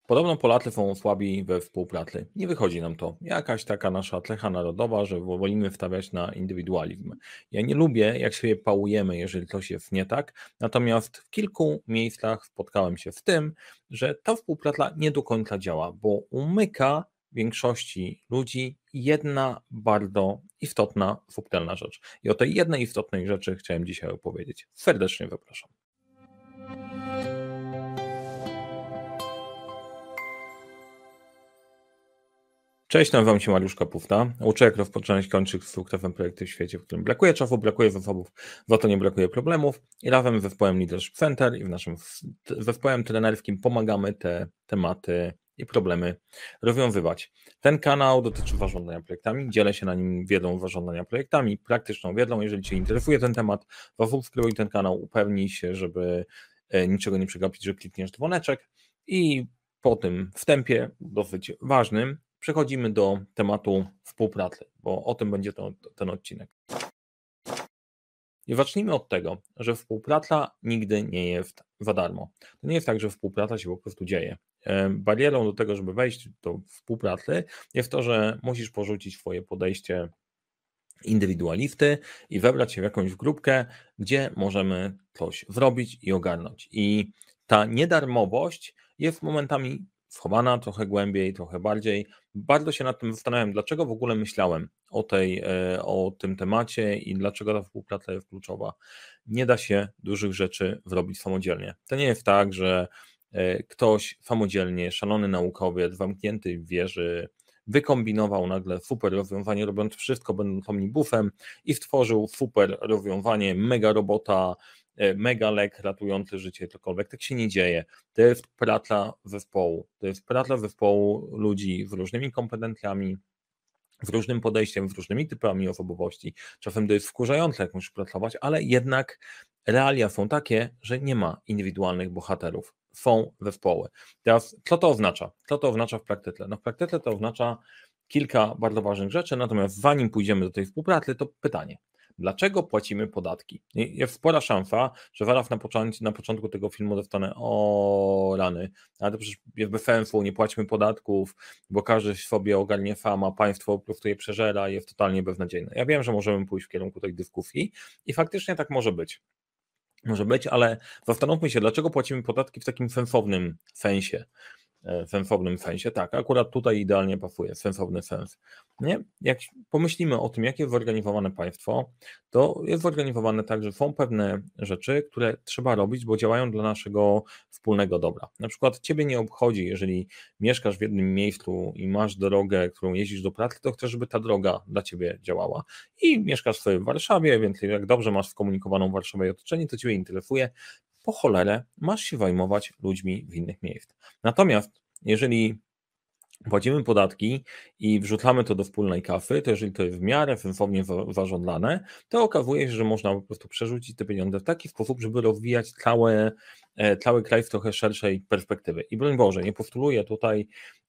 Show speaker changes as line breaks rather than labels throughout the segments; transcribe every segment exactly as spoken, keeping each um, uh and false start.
Podobno Polacy są słabi we współpracy. Nie wychodzi nam to. Jakaś taka nasza cecha narodowa, że wolimy wstawiać na indywidualizm. Ja nie lubię, jak się pałujemy, jeżeli coś jest nie tak, natomiast w kilku miejscach spotkałem się z tym, że ta współpraca nie do końca działa, bo umyka większości ludzi jedna bardzo istotna, subtelna rzecz. I o tej jednej istotnej rzeczy chciałem dzisiaj opowiedzieć. Serdecznie zapraszam. Cześć, nazywam się Mariusz Kapufta. Uczę, jak rozpoczynać, kończyć z sukcesem projekty w świecie, w którym brakuje czasu, brakuje zasobów, za to nie brakuje problemów. I razem z zespołem Leadership Center i w naszym zespołem trenerskim pomagamy te tematy i problemy rozwiązywać. Ten kanał dotyczy zarządzania projektami, dzielę się na nim wiedzą zarządzania projektami, praktyczną wiedzą. Jeżeli Cię interesuje ten temat, zasubskrybuj ten kanał, upewnij się, żeby niczego nie przegapić, że klikniesz dzwoneczek. I po tym wstępie dosyć ważnym przechodzimy do tematu współpracy, bo o tym będzie to, ten odcinek. I zacznijmy od tego, że współpraca nigdy nie jest za darmo. To nie jest tak, że współpraca się po prostu dzieje. Barierą do tego, żeby wejść do współpracy, jest to, że musisz porzucić swoje podejście indywidualisty i wybrać się w jakąś grupkę, gdzie możemy coś zrobić i ogarnąć. I ta niedarmowość jest momentami schowana trochę głębiej, trochę bardziej. Bardzo się nad tym zastanawiam, dlaczego w ogóle myślałem o, tej, o tym temacie i dlaczego ta współpraca jest kluczowa. Nie da się dużych rzeczy zrobić samodzielnie. To nie jest tak, że ktoś samodzielnie, szalony naukowiec, zamknięty w wieży, wykombinował nagle super rozwiązanie, robiąc wszystko, będąc omnibusem i stworzył super rozwiązanie, mega robota, mega lek ratujący życie, cokolwiek. Tak się nie dzieje. To jest praca zespołu. To jest praca zespołu ludzi z różnymi kompetencjami, z różnym podejściem, z różnymi typami osobowości. Czasem to jest wkurzające, jak musisz pracować, ale jednak realia są takie, że nie ma indywidualnych bohaterów. Są zespoły. Teraz, co to oznacza? Co to oznacza w praktyce? No w praktyce to oznacza kilka bardzo ważnych rzeczy, natomiast zanim pójdziemy do tej współpracy, to pytanie. Dlaczego płacimy podatki? Jest spora szansa, że zaraz na, początku, na początku tego filmu dostanę o rany, ale to przecież jest bez sensu, nie płacimy podatków, bo każdy sobie ogarnie sam, a państwo po prostu je przeżera i jest totalnie beznadziejne. Ja wiem, że możemy pójść w kierunku tej dyskusji i faktycznie tak może być. Może być, ale zastanówmy się, dlaczego płacimy podatki w takim sensownym sensie. W sensownym sensie, tak, akurat tutaj idealnie pasuje, sensowny sens. Nie? Jak pomyślimy o tym, jak jest zorganizowane państwo, to jest zorganizowane tak, że są pewne rzeczy, które trzeba robić, bo działają dla naszego wspólnego dobra. Na przykład Ciebie nie obchodzi, jeżeli mieszkasz w jednym miejscu i masz drogę, którą jeździsz do pracy, to chcesz, żeby ta droga dla Ciebie działała. I mieszkasz sobie w Warszawie, więc jak dobrze masz skomunikowaną Warszawę i otoczenie, to Ciebie interesuje, po cholerę masz się zajmować ludźmi w innych miejscach. Natomiast jeżeli płacimy podatki i wrzucamy to do wspólnej kasy, to jeżeli to jest w miarę sensownie zażądane, to okazuje się, że można po prostu przerzucić te pieniądze w taki sposób, żeby rozwijać całe, cały kraj w trochę szerszej perspektywy. I broń Boże, nie postuluję tutaj,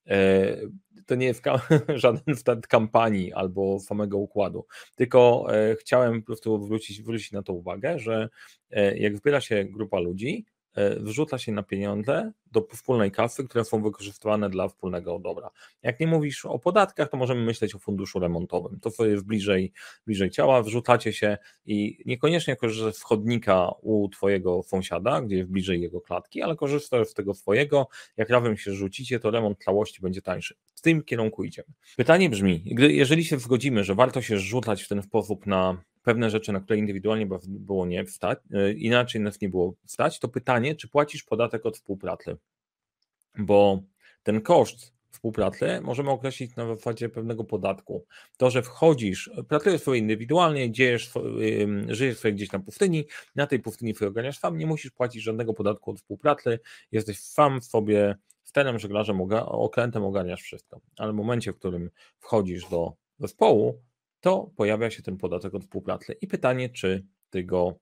to nie jest żaden start kampanii albo samego układu, tylko chciałem po prostu zwrócić, zwrócić na to uwagę, że jak zbiera się grupa ludzi, wrzuca się na pieniądze do wspólnej kasy, które są wykorzystywane dla wspólnego dobra. Jak nie mówisz o podatkach, to możemy myśleć o funduszu remontowym. To, co jest bliżej, bliżej ciała, wrzucacie się i niekoniecznie korzystasz z chodnika u twojego sąsiada, gdzie jest bliżej jego klatki, ale korzystasz z tego swojego. Jak razem się rzucicie, to remont całości będzie tańszy. W tym kierunku idziemy. Pytanie brzmi, jeżeli się zgodzimy, że warto się rzucać w ten sposób na pewne rzeczy, na które indywidualnie było nie wstać, inaczej nas nie było stać, to pytanie, czy płacisz podatek od współpracy? Bo ten koszt współpracy możemy określić na zasadzie pewnego podatku. To, że wchodzisz, pracujesz sobie indywidualnie, dziejesz, żyjesz sobie gdzieś na pustyni, na tej pustyni sobie ogarniasz sam, nie musisz płacić żadnego podatku od współpracy, jesteś sam sobie stenem, żeglarzem, okrętem, ogarniasz wszystko. Ale w momencie, w którym wchodzisz do zespołu, to pojawia się ten podatek od współpracy. I pytanie, czy ty go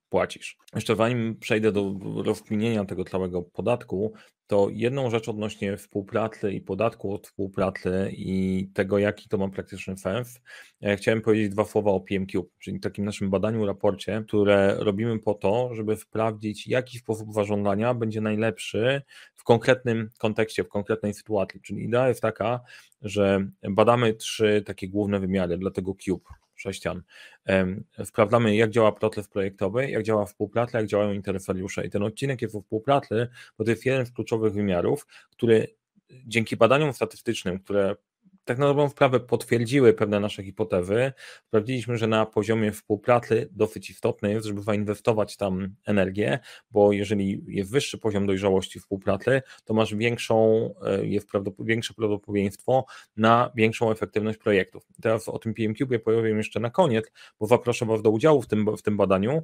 płacisz. Jeszcze zanim przejdę do rozkminienia tego całego podatku, to jedną rzecz odnośnie współpracy i podatku od współpracy i tego, jaki to ma praktyczny sens, ja chciałem powiedzieć dwa słowa o P M Q, czyli takim naszym badaniu, raporcie, które robimy po to, żeby sprawdzić, jaki sposób zażądania będzie najlepszy w konkretnym kontekście, w konkretnej sytuacji. Czyli idea jest taka, że badamy trzy takie główne wymiary dla tego cube, sześcian. Sprawdzamy, jak działa proces projektowy, jak działa współpraca, jak działają interesariusze. I ten odcinek jest o współpracy, bo to jest jeden z kluczowych wymiarów, który dzięki badaniom statystycznym, które tak na dobrą sprawę potwierdziły pewne nasze hipotezy, sprawdziliśmy, że na poziomie współpracy dosyć istotne jest, żeby zainwestować tam energię, bo jeżeli jest wyższy poziom dojrzałości współpracy, to masz większą, jest prawdopod- większe prawdopodobieństwo na większą efektywność projektów. Teraz o tym P M Cube powiem jeszcze na koniec, bo zaproszę Was do udziału w tym, w tym badaniu,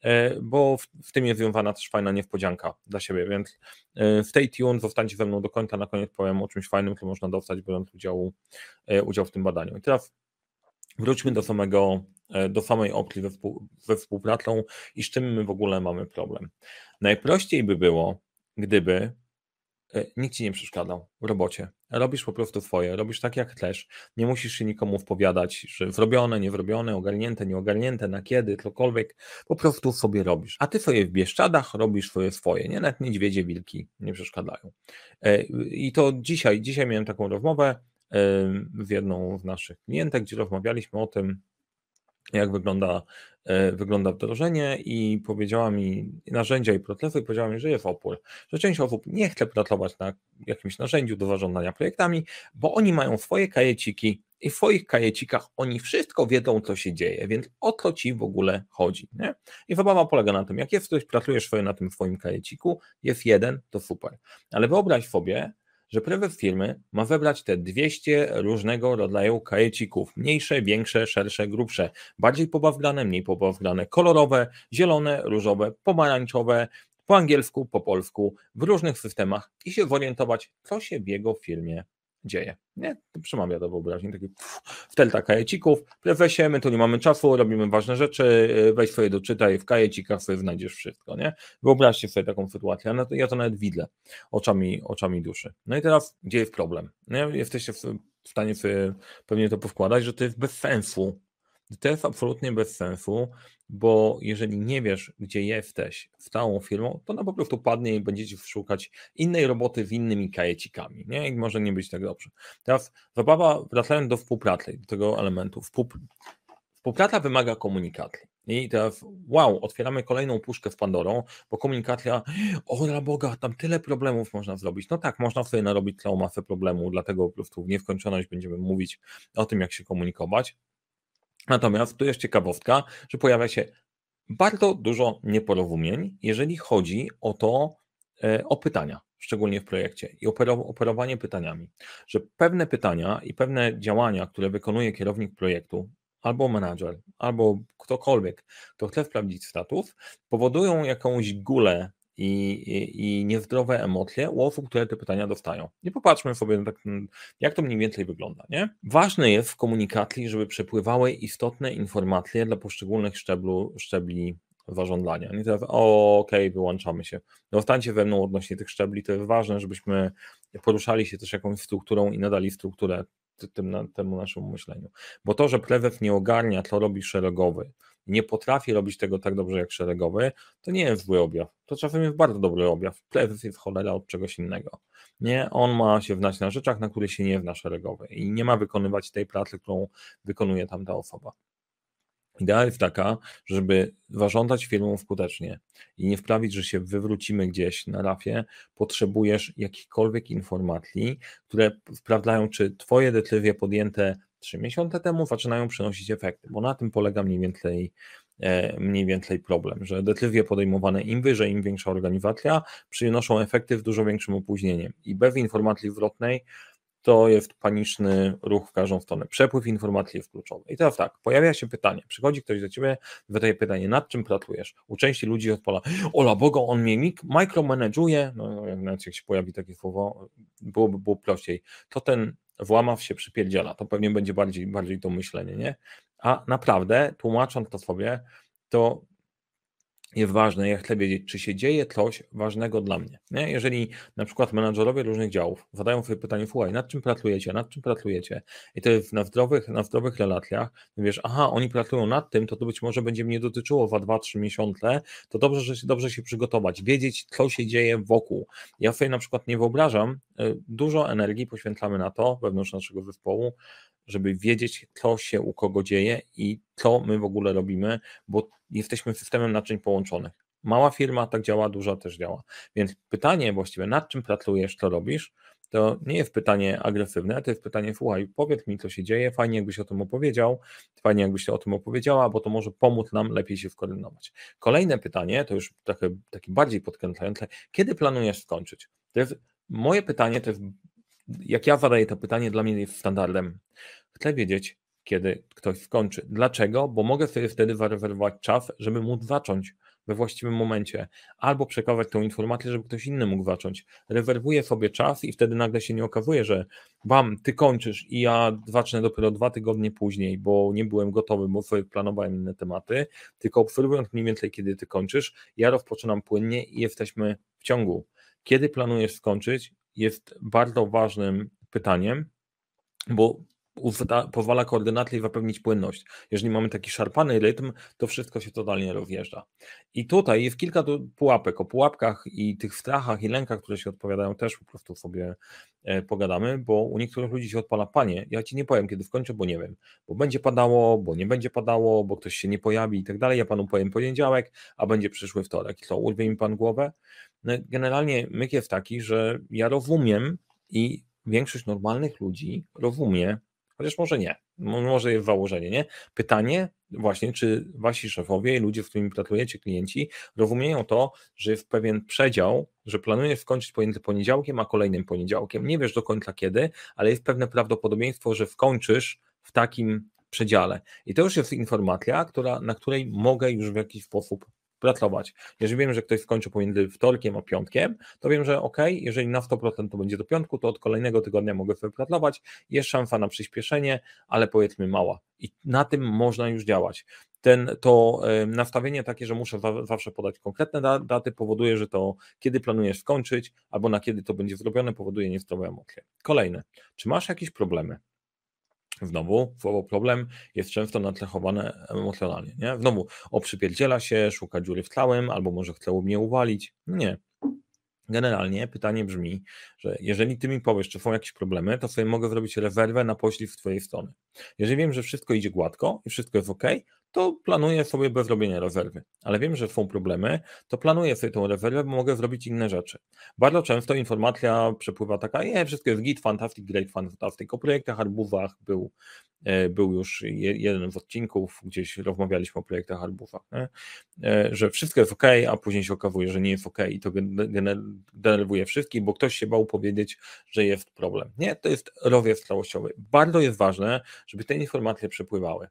bo w, w tym jest związana też fajna niespodzianka dla siebie, więc stay tuned, zostańcie ze mną do końca, na koniec powiem o czymś fajnym, co można dostać, biorąc udziału udział w tym badaniu. I teraz wróćmy do samego, do samej opcji we, współ, we współpracą i z czym my w ogóle mamy problem. Najprościej by było, gdyby nikt ci nie przeszkadzał w robocie. Robisz po prostu swoje, robisz tak jak chcesz, nie musisz się nikomu wpowiadać, że zrobione, nie zrobione, ogarnięte, nieogarnięte, na kiedy, cokolwiek, po prostu sobie robisz. A ty sobie w Bieszczadach robisz swoje swoje, nie? Nawet niedźwiedzie, wilki nie przeszkadzają. I to dzisiaj, dzisiaj miałem taką rozmowę z jedną z naszych klientek, gdzie rozmawialiśmy o tym, jak wygląda, wygląda wdrożenie i powiedziała mi narzędzia i procesy, i powiedziała mi, że jest opór, że część osób nie chce pracować na jakimś narzędziu do zarządzania projektami, bo oni mają swoje kajeciki i w swoich kajecikach oni wszystko wiedzą, co się dzieje, więc o co ci w ogóle chodzi, nie? I zabawa polega na tym, jak jest ktoś, pracujesz sobie na tym swoim kajeciku, jest jeden, to super, ale wyobraź sobie, że prezes firmy ma wybrać te dwieście różnego rodzaju kajecików, mniejsze, większe, szersze, grubsze, bardziej pobawlane, mniej pobawlane, kolorowe, zielone, różowe, pomarańczowe, po angielsku, po polsku, w różnych systemach i się zorientować, co się w jego firmie dzieje. Nie? To przemawia do wyobraźni, taki wtelta kajecików, prezesie, my tu nie mamy czasu, robimy ważne rzeczy, weź sobie doczytaj, w kajecikach sobie znajdziesz wszystko, nie? Wyobraźcie sobie taką sytuację, no to ja to nawet widzę oczami, oczami duszy. No i teraz, gdzie jest problem? Nie? Jesteście w stanie sobie pewnie to poskładać, że to jest bez sensu. To jest absolutnie bez sensu, bo jeżeli nie wiesz, gdzie jesteś z całą firmą, to ona po prostu padnie i będziecie szukać innej roboty z innymi kajecikami, nie? I może nie być tak dobrze. Teraz zabawa, wracając do współpracy, do tego elementu. Współpraca wymaga komunikacji. I teraz, wow, otwieramy kolejną puszkę z Pandorą, bo komunikacja, o na Boga, tam tyle problemów można zrobić. No tak, można sobie narobić całą masę problemów, dlatego po prostu w nieskończoność będziemy mówić o tym, jak się komunikować. Natomiast tu jest ciekawostka, że pojawia się bardzo dużo nieporozumień, jeżeli chodzi o to, o pytania, szczególnie w projekcie i operowanie pytaniami, że pewne pytania i pewne działania, które wykonuje kierownik projektu, albo menadżer, albo ktokolwiek, kto chce sprawdzić status, powodują jakąś gulę i, i, i niezdrowe emocje u osób, które te pytania dostają. I popatrzmy sobie, tak, jak to mniej więcej wygląda. Nie? Ważne jest w komunikacji, żeby przepływały istotne informacje dla poszczególnych szczeblu, szczebli zarządzania. Nie teraz, o, okej, okay, wyłączamy się. Zostańcie ze mną odnośnie tych szczebli, to jest ważne, żebyśmy poruszali się też jakąś strukturą i nadali strukturę tym, temu naszemu myśleniu. Bo to, że prezes nie ogarnia, co robi szeregowy, nie potrafi robić tego tak dobrze jak szeregowy, to nie jest zły objaw. To czasem jest bardzo dobry objaw. Prezes jest cholera od czegoś innego. Nie, on ma się wnać na rzeczach, na które się nie zna szeregowy i nie ma wykonywać tej pracy, którą wykonuje tamta osoba. Idea jest taka, żeby zarządzać firmą skutecznie i nie sprawić, że się wywrócimy gdzieś na rafie, potrzebujesz jakichkolwiek informacji, które sprawdzają, czy twoje decyzje podjęte trzy miesiące temu zaczynają przynosić efekty, bo na tym polega mniej więcej, mniej więcej problem, że decyzje podejmowane im wyżej, im większa organizacja przynoszą efekty z dużo większym opóźnieniem i bez informacji zwrotnej to jest paniczny ruch w każdą stronę. Przepływ informacji jest kluczowy. I teraz tak, pojawia się pytanie, przychodzi ktoś do ciebie, zadaje pytanie, nad czym pracujesz? U części ludzi odpala, ola Boga, on mnie micromanaguje, no jak nawet jak się pojawi takie słowo, byłoby było prościej, to ten włamaw się przypierdziela, to pewnie będzie bardziej, bardziej to myślenie, nie? A naprawdę, tłumacząc to sobie, to jest ważne, ja chcę wiedzieć, czy się dzieje coś ważnego dla mnie. Nie? Jeżeli na przykład menadżerowie różnych działów zadają sobie pytanie, słuchaj, nad czym pracujecie, nad czym pracujecie i to jest na zdrowych, na zdrowych relacjach, wiesz, aha, oni pracują nad tym, to to być może będzie mnie dotyczyło za dwa trzy miesiące, to dobrze, że się, dobrze się przygotować, wiedzieć, co się dzieje wokół. Ja sobie na przykład nie wyobrażam, dużo energii poświęcamy na to wewnątrz naszego zespołu, żeby wiedzieć, co się u kogo dzieje i co my w ogóle robimy, bo jesteśmy systemem naczyń połączonych. Mała firma tak działa, duża też działa. Więc pytanie właściwie, nad czym pracujesz, co robisz, to nie jest pytanie agresywne, to jest pytanie, słuchaj, powiedz mi, co się dzieje, fajnie jakbyś o tym opowiedział, fajnie jakbyś o tym opowiedziała, bo to może pomóc nam lepiej się skoordynować. Kolejne pytanie, to już takie, takie bardziej podkręcające, kiedy planujesz skończyć? To jest moje pytanie, to jest, jak ja zadaję to pytanie, dla mnie jest standardem. Chcę wiedzieć, kiedy ktoś skończy. Dlaczego? Bo mogę sobie wtedy zarezerwować czas, żeby móc zacząć we właściwym momencie, albo przekazać tą informację, żeby ktoś inny mógł zacząć. Rezerwuję sobie czas i wtedy nagle się nie okazuje, że bam, ty kończysz i ja zacznę dopiero dwa tygodnie później, bo nie byłem gotowy, bo sobie planowałem inne tematy, tylko obserwując mniej więcej, kiedy ty kończysz, ja rozpoczynam płynnie i jesteśmy w ciągu. Kiedy planujesz skończyć, jest bardzo ważnym pytaniem, bo pozwala koordynacji zapewnić płynność. Jeżeli mamy taki szarpany rytm, to wszystko się totalnie rozjeżdża. I tutaj jest kilka pułapek. O pułapkach i tych strachach i lękach, które się odpowiadają, też po prostu sobie pogadamy, bo u niektórych ludzi się odpala, panie, ja ci nie powiem, kiedy skończę, bo nie wiem, bo będzie padało, bo nie będzie padało, bo ktoś się nie pojawi i tak dalej, ja panu powiem poniedziałek, a będzie przyszły wtorek. Co, urwie mi pan głowę? No, generalnie myk jest taki, że ja rozumiem i większość normalnych ludzi rozumie, chociaż może nie, może jest założenie, nie? Pytanie właśnie, czy wasi szefowie i ludzie, z którymi pracujecie, klienci, rozumieją to, że jest pewien przedział, że planujesz skończyć pomiędzy poniedziałkiem a kolejnym poniedziałkiem. Nie wiesz do końca kiedy, ale jest pewne prawdopodobieństwo, że skończysz w takim przedziale. I to już jest informacja, która, na której mogę już w jakiś sposób pracować. Jeżeli wiem, że ktoś skończy pomiędzy wtorkiem a piątkiem, to wiem, że ok, jeżeli na sto procent to będzie do piątku, to od kolejnego tygodnia mogę sobie pracować, jest szansa na przyspieszenie, ale powiedzmy mała. I na tym można już działać. Ten, to nastawienie takie, że muszę zawsze podać konkretne daty, powoduje, że to kiedy planujesz skończyć, albo na kiedy to będzie zrobione, powoduje niezdrowe emocje. Kolejne, czy masz jakieś problemy? Znowu, słowo problem jest często nacechowane emocjonalnie, nie? Znowu, oprzypierdziela się, szuka dziury w całym, albo może chce mnie uwalić. No nie. Generalnie pytanie brzmi, że jeżeli ty mi powiesz, czy są jakieś problemy, to sobie mogę zrobić rezerwę na poślizg z twojej strony. Jeżeli wiem, że wszystko idzie gładko i wszystko jest ok, to planuję sobie bez robienia rezerwy. Ale wiem, że są problemy, to planuję sobie tą rezerwę, bo mogę zrobić inne rzeczy. Bardzo często informacja przepływa taka, nie, wszystko jest git, fantastic, great, fantastic. O projektach arbuzach był, był już jeden z odcinków, gdzieś rozmawialiśmy o projektach arbuzach, nie? Że wszystko jest ok, a później się okazuje, że nie jest ok i to denerwuje wszystkich, bo ktoś się bał powiedzieć, że jest problem. Nie, to jest rozjazd całościowy. Bardzo jest ważne, żeby te informacje przepływały.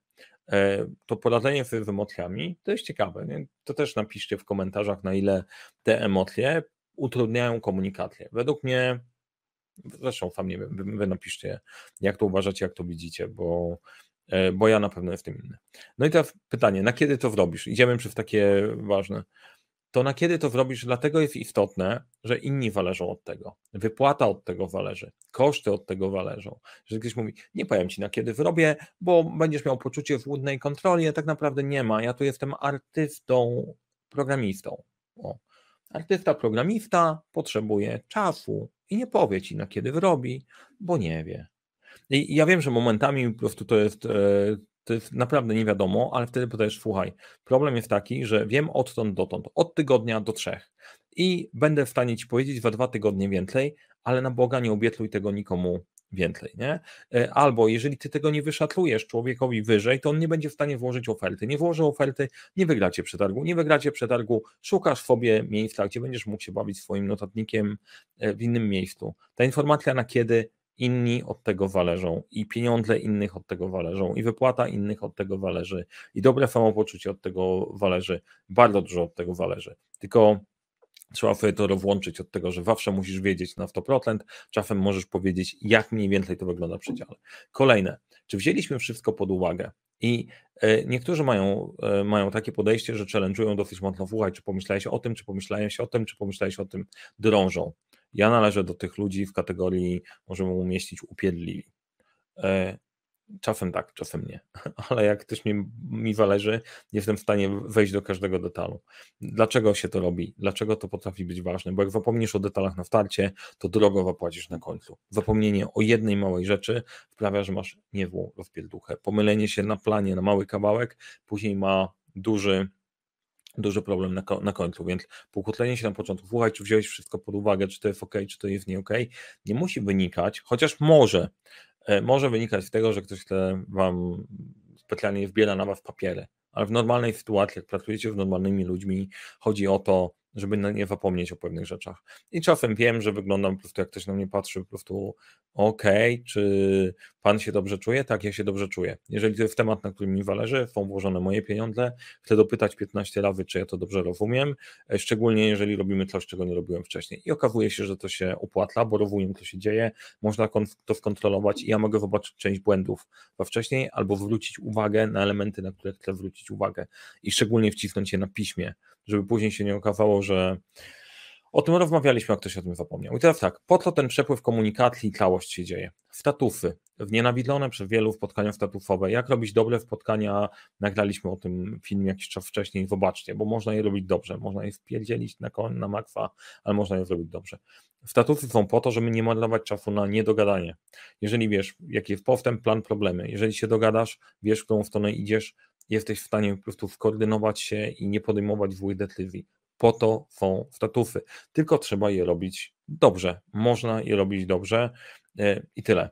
To poradzenie sobie z emocjami, to jest ciekawe, nie? To też napiszcie w komentarzach, na ile te emocje utrudniają komunikację. Według mnie, zresztą sam nie wiem, wy, wy napiszcie, jak to uważacie, jak to widzicie, bo, bo ja na pewno jestem inny. No i teraz pytanie, na kiedy to zrobisz? Idziemy przez takie ważne. To na kiedy to zrobisz, dlatego jest istotne, że inni zależą od tego. Wypłata od tego zależy, koszty od tego zależą. Że ktoś mówi, nie powiem ci na kiedy zrobię, bo będziesz miał poczucie złudnej kontroli, a tak naprawdę nie ma. Ja tu jestem artystą, programistą. O. Artysta, programista potrzebuje czasu i nie powie ci na kiedy zrobi, bo nie wie. I ja wiem, że momentami po prostu to jest, to jest naprawdę nie wiadomo, ale wtedy podajesz, słuchaj, problem jest taki, że wiem odtąd dotąd, od tygodnia do trzech i będę w stanie ci powiedzieć za dwa tygodnie więcej, ale na Boga nie obiecuj tego nikomu więcej, nie? Albo jeżeli ty tego nie wyszacujesz człowiekowi wyżej, to on nie będzie w stanie włożyć oferty. Nie włoży oferty, nie wygracie przetargu. Nie wygracie przetargu, szukasz sobie miejsca, gdzie będziesz mógł się bawić swoim notatnikiem w innym miejscu. Ta informacja na kiedy inni od tego zależą i pieniądze innych od tego zależą i wypłata innych od tego zależy i dobre samopoczucie od tego zależy, bardzo dużo od tego zależy. Tylko trzeba sobie to rozłączyć od tego, że zawsze musisz wiedzieć na sto procent, czasem możesz powiedzieć, jak mniej więcej to wygląda w przedziale. Kolejne, czy wzięliśmy wszystko pod uwagę? I niektórzy mają, mają takie podejście, że challenge'ują dosyć mocno, słuchaj, czy pomyślałeś o tym, czy pomyślałeś o tym, czy pomyślałeś o tym, drążą. Ja należę do tych ludzi w kategorii, możemy umieścić, upierdliwi. Czasem tak, czasem nie, ale jak ktoś mi, mi zależy, jestem w stanie wejść do każdego detalu. Dlaczego się to robi? Dlaczego to potrafi być ważne? Bo jak zapomnisz o detalach na starcie, to drogo zapłacisz na końcu. Zapomnienie o jednej małej rzeczy sprawia, że masz niezłą rozpierduchę. Pomylenie się na planie na mały kawałek później ma duży duży problem na, na końcu, więc półkutlenie się na początku, słuchaj, czy wziąłeś wszystko pod uwagę, czy to jest ok, czy to jest nie ok, nie musi wynikać, chociaż może, może wynikać z tego, że ktoś chce wam specjalnie wbiera na was papiery, ale w normalnej sytuacji, jak pracujecie z normalnymi ludźmi, chodzi o to, żeby nie zapomnieć o pewnych rzeczach. I czasem wiem, że wyglądam po prostu, jak ktoś na mnie patrzy, po prostu okej, okay, czy pan się dobrze czuje? Tak, ja się dobrze czuję. Jeżeli to jest temat, na którym mi zależy, są włożone moje pieniądze, chcę dopytać piętnaście razy, czy ja to dobrze rozumiem, szczególnie jeżeli robimy coś, czego nie robiłem wcześniej. I okazuje się, że to się opłaca, bo rozumiem, co się dzieje, można to skontrolować i ja mogę zobaczyć część błędów wcześniej, albo zwrócić uwagę na elementy, na które chcę zwrócić uwagę i szczególnie wcisnąć je na piśmie, żeby później się nie okazało, że o tym rozmawialiśmy, a ktoś o tym zapomniał. I teraz tak, po co ten przepływ komunikacji i całość się dzieje? Statusy, znienawidzone przez wielu spotkania statusowe. Jak robić dobre spotkania? Nagraliśmy o tym film jakiś czas wcześniej, zobaczcie, bo można je robić dobrze, można je wpierdzielić na koń, na makwa, ale można je zrobić dobrze. Statusy są po to, żeby nie marnować czasu na niedogadanie. Jeżeli wiesz, jaki jest postęp, plan, problemy, jeżeli się dogadasz, wiesz, w którą stronę idziesz, jesteś w stanie po prostu skoordynować się i nie podejmować złych decyzji. Po to są statusy, tylko trzeba je robić dobrze. Można je robić dobrze i tyle.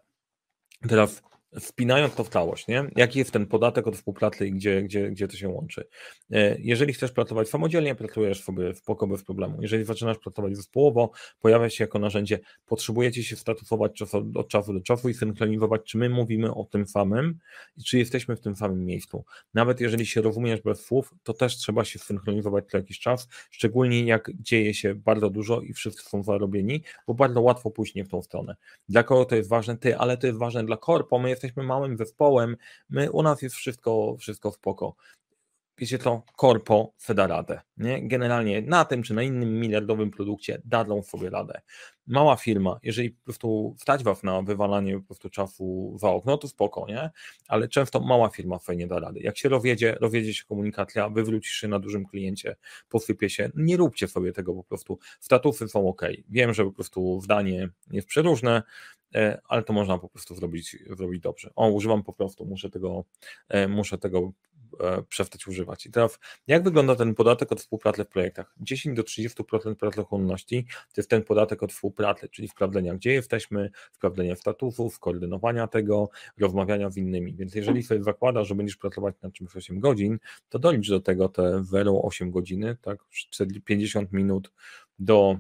Teraz spinając to w całość, nie? Jaki jest ten podatek od współpracy i gdzie, gdzie, gdzie to się łączy? Jeżeli chcesz pracować samodzielnie, pracujesz sobie spoko bez problemu. Jeżeli zaczynasz pracować zespołowo, pojawia się jako narzędzie, potrzebujecie się statusować od czasu do czasu i synchronizować, czy my mówimy o tym samym i czy jesteśmy w tym samym miejscu. Nawet jeżeli się rozumiesz bez słów, to też trzeba się synchronizować co jakiś czas, szczególnie jak dzieje się bardzo dużo i wszyscy są zarobieni, bo bardzo łatwo pójść nie w tą stronę. Dla kogo to jest ważne? Ty, ale to jest ważne dla korpo, my jesteśmy małym zespołem, my, u nas jest wszystko, wszystko spoko. Wiecie co, korpo se da radę, nie? Generalnie na tym czy na innym miliardowym produkcie dadzą sobie radę. Mała firma, jeżeli po prostu stać was na wywalanie po prostu czasu za okno, to spoko, nie? Ale często mała firma fajnie da rady. Jak się rozwiedzie, rozwiedzie się komunikacja, wywrócisz się na dużym kliencie, posypie się, nie róbcie sobie tego po prostu. Statusy są ok. Wiem, że po prostu zdanie jest przeróżne, ale to można po prostu zrobić, zrobić dobrze. O, używam po prostu, muszę tego, muszę tego przestać używać. I teraz, jak wygląda ten podatek od współpracy w projektach? dziesięć do trzydziestu procent pracochłonności to jest ten podatek od współpracy, czyli sprawdzenia, gdzie jesteśmy, sprawdzenia statusów, koordynowania tego, rozmawiania z innymi. Więc jeżeli sobie zakładasz, że będziesz pracować nad czymś osiem godzin, to dolicz do tego te zero przecinek osiem godziny, tak, pięćdziesiąt minut do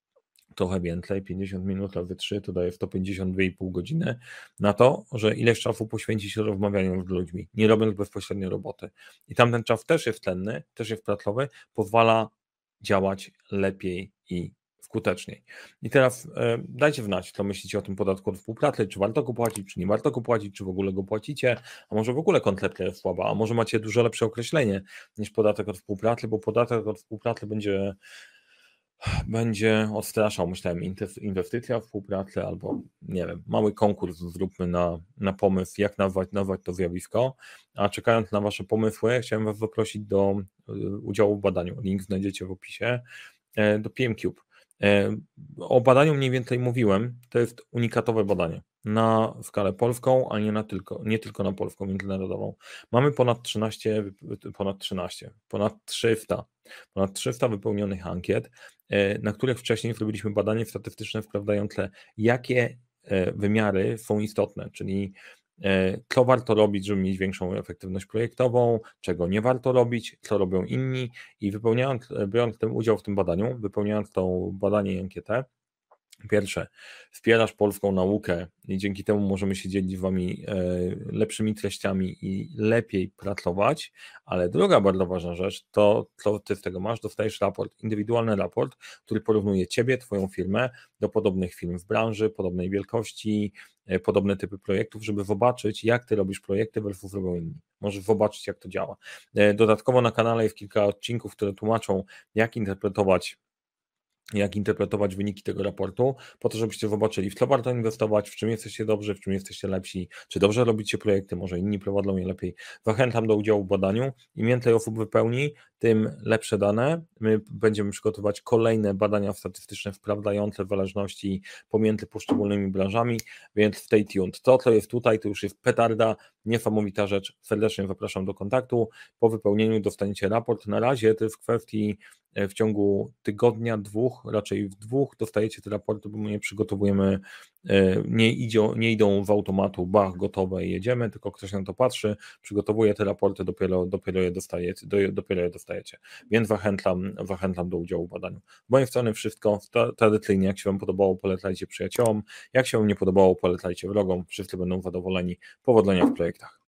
trochę więcej, pięćdziesiąt minut razy trzy to daje sto pięćdziesiąt dwa i pół godziny na to, że ileś czasu poświęcić rozmawianiu z ludźmi, nie robiąc bezpośrednio roboty. I tamten czas też jest cenny, też jest pracowy, pozwala działać lepiej i skuteczniej. I teraz e, dajcie znać, co myślicie o tym podatku od współpracy, czy warto go płacić, czy nie warto go płacić, czy w ogóle go płacicie, a może w ogóle koncepcja jest słaba, a może macie dużo lepsze określenie niż podatek od współpracy, bo podatek od współpracy będzie będzie odstraszał, myślałem, inwestycja w współpracę albo, nie wiem, mały konkurs zróbmy na, na pomysł, jak nazwać, nazwać to zjawisko, a czekając na wasze pomysły, chciałem was zaprosić do udziału w badaniu, link znajdziecie w opisie, do P M Cube. O badaniu mniej więcej mówiłem, to jest unikatowe badanie na skalę polską, a nie, na tylko, nie tylko na polską, międzynarodową. Mamy ponad trzynaście, ponad trzynaście, ponad trzysta, ponad trzysta wypełnionych ankiet, na których wcześniej zrobiliśmy badanie statystyczne sprawdzające, jakie wymiary są istotne, czyli co warto robić, żeby mieć większą efektywność projektową, czego nie warto robić, co robią inni i wypełniając, biorąc ten udział w tym badaniu, wypełniając to badanie i ankietę, Pierwsze, wspierasz polską naukę i dzięki temu możemy się dzielić z Wami e, lepszymi treściami i lepiej pracować, ale druga bardzo ważna rzecz, to co Ty z tego masz, dostajesz raport, indywidualny raport, który porównuje Ciebie, Twoją firmę do podobnych firm w branży, podobnej wielkości, e, podobne typy projektów, żeby zobaczyć, jak Ty robisz projekty versus robią inni. Możesz zobaczyć, jak to działa. E, Dodatkowo na kanale jest kilka odcinków, które tłumaczą, jak interpretować jak interpretować wyniki tego raportu, po to, żebyście zobaczyli, w co warto inwestować, w czym jesteście dobrzy, w czym jesteście lepsi, czy dobrze robicie projekty, może inni prowadzą je lepiej. Zachęcam do udziału w badaniu. Im więcej osób wypełni, tym lepsze dane. My będziemy przygotowywać kolejne badania statystyczne sprawdzające zależności pomiędzy poszczególnymi branżami, więc stay tuned. To, co jest tutaj, to już jest petarda, niesamowita rzecz. Serdecznie zapraszam do kontaktu. Po wypełnieniu dostaniecie raport. Na razie to jest w kwestii w ciągu tygodnia, dwóch, raczej w dwóch dostajecie te raporty, bo my je przygotowujemy, nie, idzie, nie idą w automatu, bach, gotowe i jedziemy, tylko ktoś na to patrzy, przygotowuje te raporty, dopiero, dopiero, je, dostajecie, dopiero je dostajecie. Więc zachęcam, zachęcam do udziału w badaniu. Z mojej strony wszystko, tradycyjnie, jak się Wam podobało, polecajcie przyjaciołom, jak się Wam nie podobało, polecajcie wrogom, wszyscy będą zadowoleni. Powodzenia w projektach.